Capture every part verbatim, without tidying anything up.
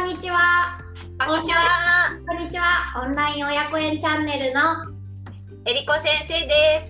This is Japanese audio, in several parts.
んにちは。 こんにちは。 こんにちは。オンライン親子園チャンネルのえりこ先生です。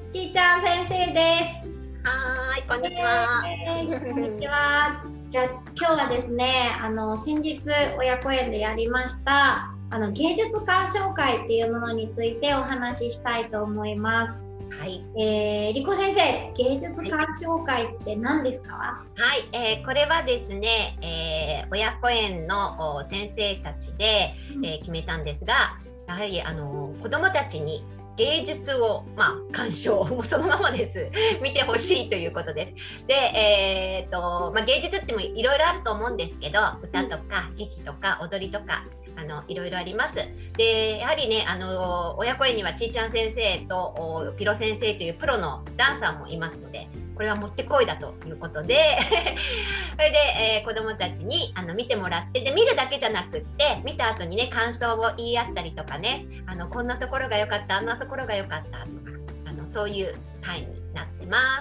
ちーちゃん先生です。 はーい、こんにちは。 えー、こんにちは。じゃあ今日はですね、あの先日親子園でやりましたあの芸術鑑賞会っていうものについてお話ししたいと思います。 はい、 えー、りこ先生、芸術鑑賞会って何ですか？ はい、えー、これはですね、えー、親子園の先生たちで、えー、決めたんですが、やはりあの子どもたちに芸術を、まあ、鑑賞もそのままです見てほしいということです。で、えーとまあ、芸術ってもいろいろあると思うんですけど、歌とか劇とか踊りとかあのいろいろあります。でやはりね、あの親子園にはちーちゃん先生とピロ先生というプロのダンサーもいますので、これはもってこいだということでそれで、えー、子どもたちにあの見てもらって、で見るだけじゃなくって、見た後にね感想を言い合ったりとかね、あのこんなところが良かった、あんなところが良かったとか、あのそういう会になってます。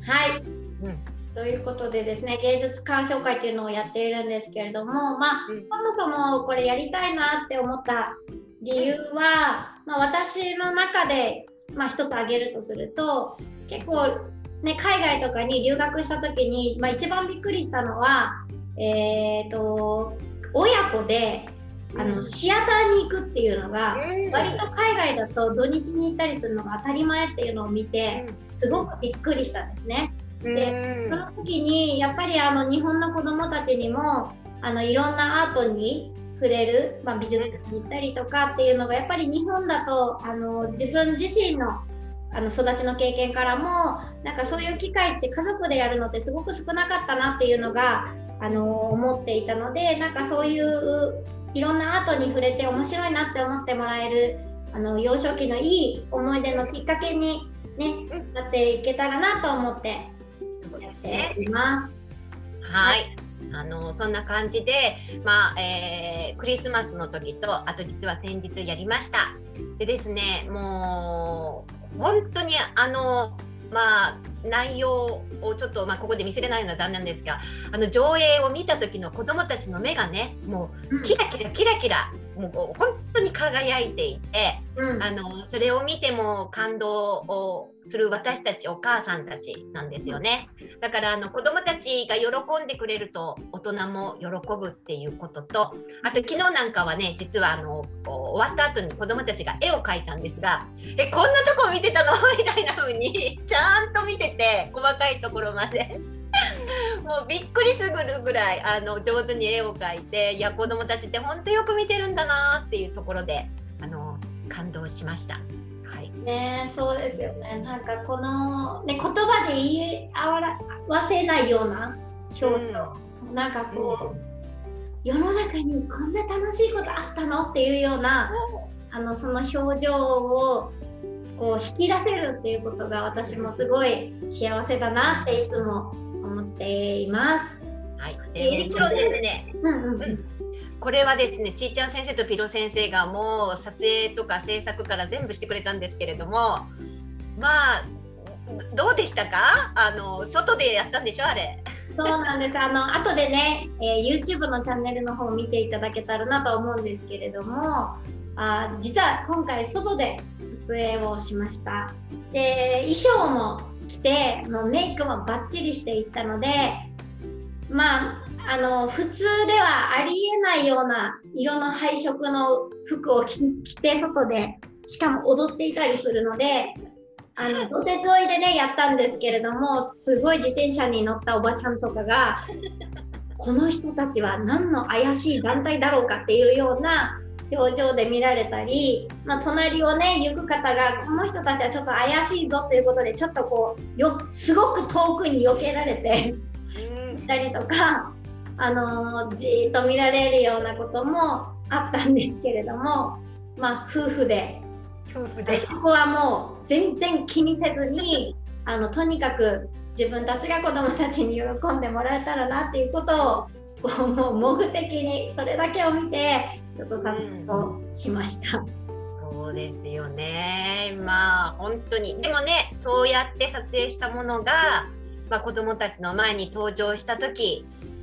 はい、 うんということでですね、芸術鑑賞会っていうのをやっているんですけれども、まあ、うん、そもそもこれやりたいなって思った理由は、まあ、私の中で、まあ、一つ挙げるとすると、結構、ね、海外とかに留学した時に、まあ、一番びっくりしたのは、えーと、親子であのシアターに行くっていうのが、割と海外だと土日に行ったりするのが当たり前っていうのを見て、すごくびっくりしたんですね。でその時にやっぱりあの日本の子どもたちにもあのいろんなアートに触れる、まあ、美術館に行ったりとかっていうのがやっぱり日本だとあの自分自身のあの育ちの経験からもなんかそういう機会って家族でやるのってすごく少なかったなっていうのがあの思っていたので、なんかそういういろんなアートに触れて面白いなって思ってもらえるあの幼少期のいい思い出のきっかけに、ね、なっていけたらなと思ってやっています。 はい、あのそんな感じで、まあえー、クリスマスの時と、あと実は先日やりました。でですね、もう本当にあのまあ内容をちょっと、まあ、ここで見せれないのは残念なんですが、あの上映を見た時の子どもたちの目がね、もうキラキラキラキラ、もう本当に輝いていて、うん、あのそれを見ても感動をする私たちお母さんたちなんですよね。だからあの子どもたちが喜んでくれると大人も喜ぶっていうことと、あと昨日なんかはね、実はあの終わった後に子どもたちが絵を描いたんですが、えこんなとこ見てたのみたいな風にちゃんと見てて、細かいところまでもうびっくりするぐらいあの上手に絵を描いて、いや子どもたちって本当よく見てるんだなっていうところであの感動しました。はい、 ね、そうですよね。なんかこの、ね、言葉で言い表せないような表情、うん、なんかこう、うん、世の中にこんな楽しいことあったのっていうような、うん、あのその表情をこう引き出せるっていうことが私もすごい幸せだなっていつも思っています。 はい、でもちろんですね、うんうんうん、これはですね、ちーちゃん先生とピロ先生がもう撮影とか制作から全部してくれたんですけれども、まあどうでしたか？あの外でやったんでしょ、あれ。 そうなんです。あの後でね、えー、YouTube のチャンネルの方を見ていただけたらなと思うんですけれども、あ実は今回外で撮影をしました。で衣装も着て、もうメイクもバッチリしていったので、まあ、あの普通ではありえないような色の配色の服を着て外でしかも踊っていたりするので、あの土手沿いでねやったんですけれども、すごい自転車に乗ったおばちゃんとかがこの人たちは何の怪しい団体だろうかっていうような表情で見られたり、まあ、隣をね行く方がこの人たちはちょっと怪しいぞということでちょっとこうよすごく遠くに避けられていたりとか、あのー、じーっと見られるようなこともあったんですけれども、まあ夫婦で夫婦でそこはもう全然気にせずに、あのとにかく自分たちが子どもたちに喜んでもらえたらなっていうことをこうもう目的にそれだけを見てちょっと撮影をしました。 そうですよね。まあ本当にでもね、そうやって撮影したものが、まあ、子どもたちの前に登場した時、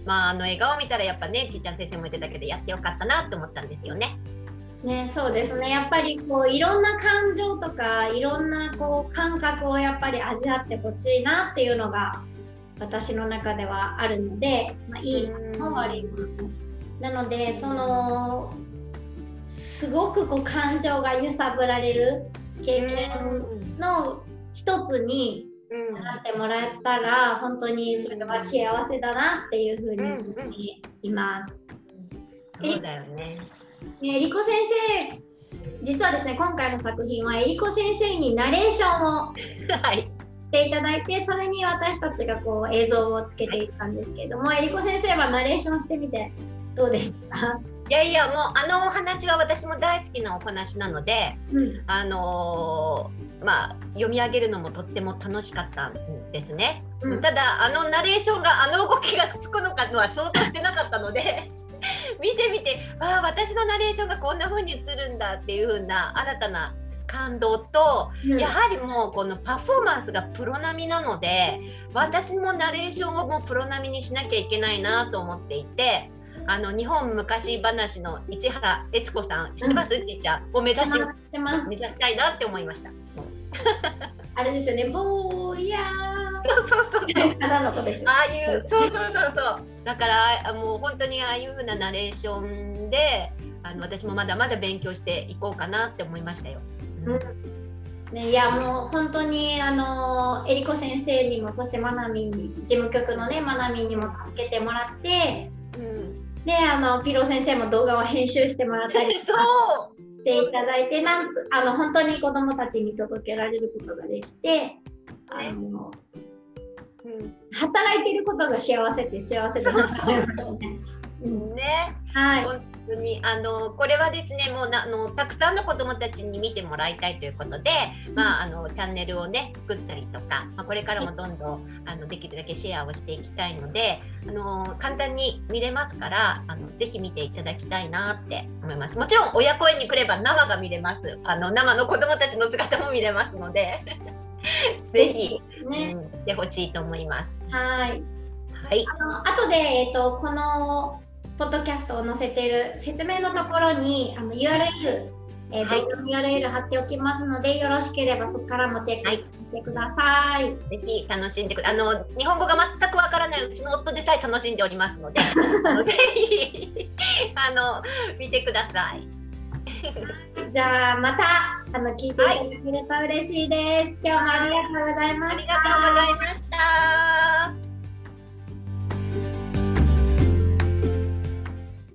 まあ、あの笑顔見たらやっぱね、ちーちゃん先生も言ってたけど、やってよかったなって思ったんですよね。 ね、そうですね。やっぱりこういろんな感情とかいろんなこう感覚をやっぱり味わってほしいなっていうのが私の中ではあるので、まあ、いいも悪いもなので、そのすごくこう感情が揺さぶられる経験の一つになってもらえたら、本当にそれは幸せだなっていうふうに思っています。 そうだよね。 えりこ先生、実はですね、今回の作品はえりこ先生にナレーションをしていただいて、それに私たちがこう映像をつけていったんですけれども、えりこ先生はナレーションしてみてどうでしたか？ いやいや、もうあのお話は私も大好きなお話なので、うん、あのー、まあ読み上げるのもとっても楽しかったんですね、うん、ただあのナレーションがあの動きがつくのかのは想像してなかったので見てみて、ああ私のナレーションがこんな風に映るんだっていう風な新たな感動と、うん、やはりもうこのパフォーマンスがプロ並みなので、私もナレーションをもうプロ並みにしなきゃいけないなと思っていて、あの日本昔話の市原悦子さん、知ってます？ちーちゃんを目指し目指したいなって思いました。 あれですよね、ぼーやー。 そうそうそうそう。 花の子ですよ。 ああいう、そうそうそうそう。だからもう本当にああいう風なナレーションで、あの私もまだまだ勉強していこうかなって思いましたよ。うん。 ね、いやもう本当にあのえりこ先生にも、そしてまなみんに、事務局のねまなみんにも助けてもらって。うん、であのピロ先生も動画を編集してもらったりしていただいて、なんあの本当に子どもたちに届けられることができて、あの、うん、働いていることが幸せって幸せだなと思いますね。 うんね、はい、本当にあのこれはですね、もうなあのたくさんの子どもたちに見てもらいたいということで、うん、まあ、あのチャンネルをね作ったりとか、まあ、これからもどんどんあのできるだけシェアをしていきたいので、あの簡単に見れますから、あのぜひ見ていただきたいなって思います。もちろん親子園に来れば生が見れます。あの生の子どもたちの姿も見れますのでぜひ、ね、うん、来てほしいと思います。 はい、 はい、 あの後で、えーと、このポッドキャストを載せている説明のところにあの ユーアールエル、えー、動画の ユーアールエル 貼っておきますので、よろしければそこからもチェックしてみてください。はい、 ぜひ楽しんでください。あの日本語が全くわからないうちの夫でさえ楽しんでおりますのであのぜひあの見てください。 じゃあまたあの聞いていただけると嬉しいです。はい、今日もありがとうございました。 ありがとうございました。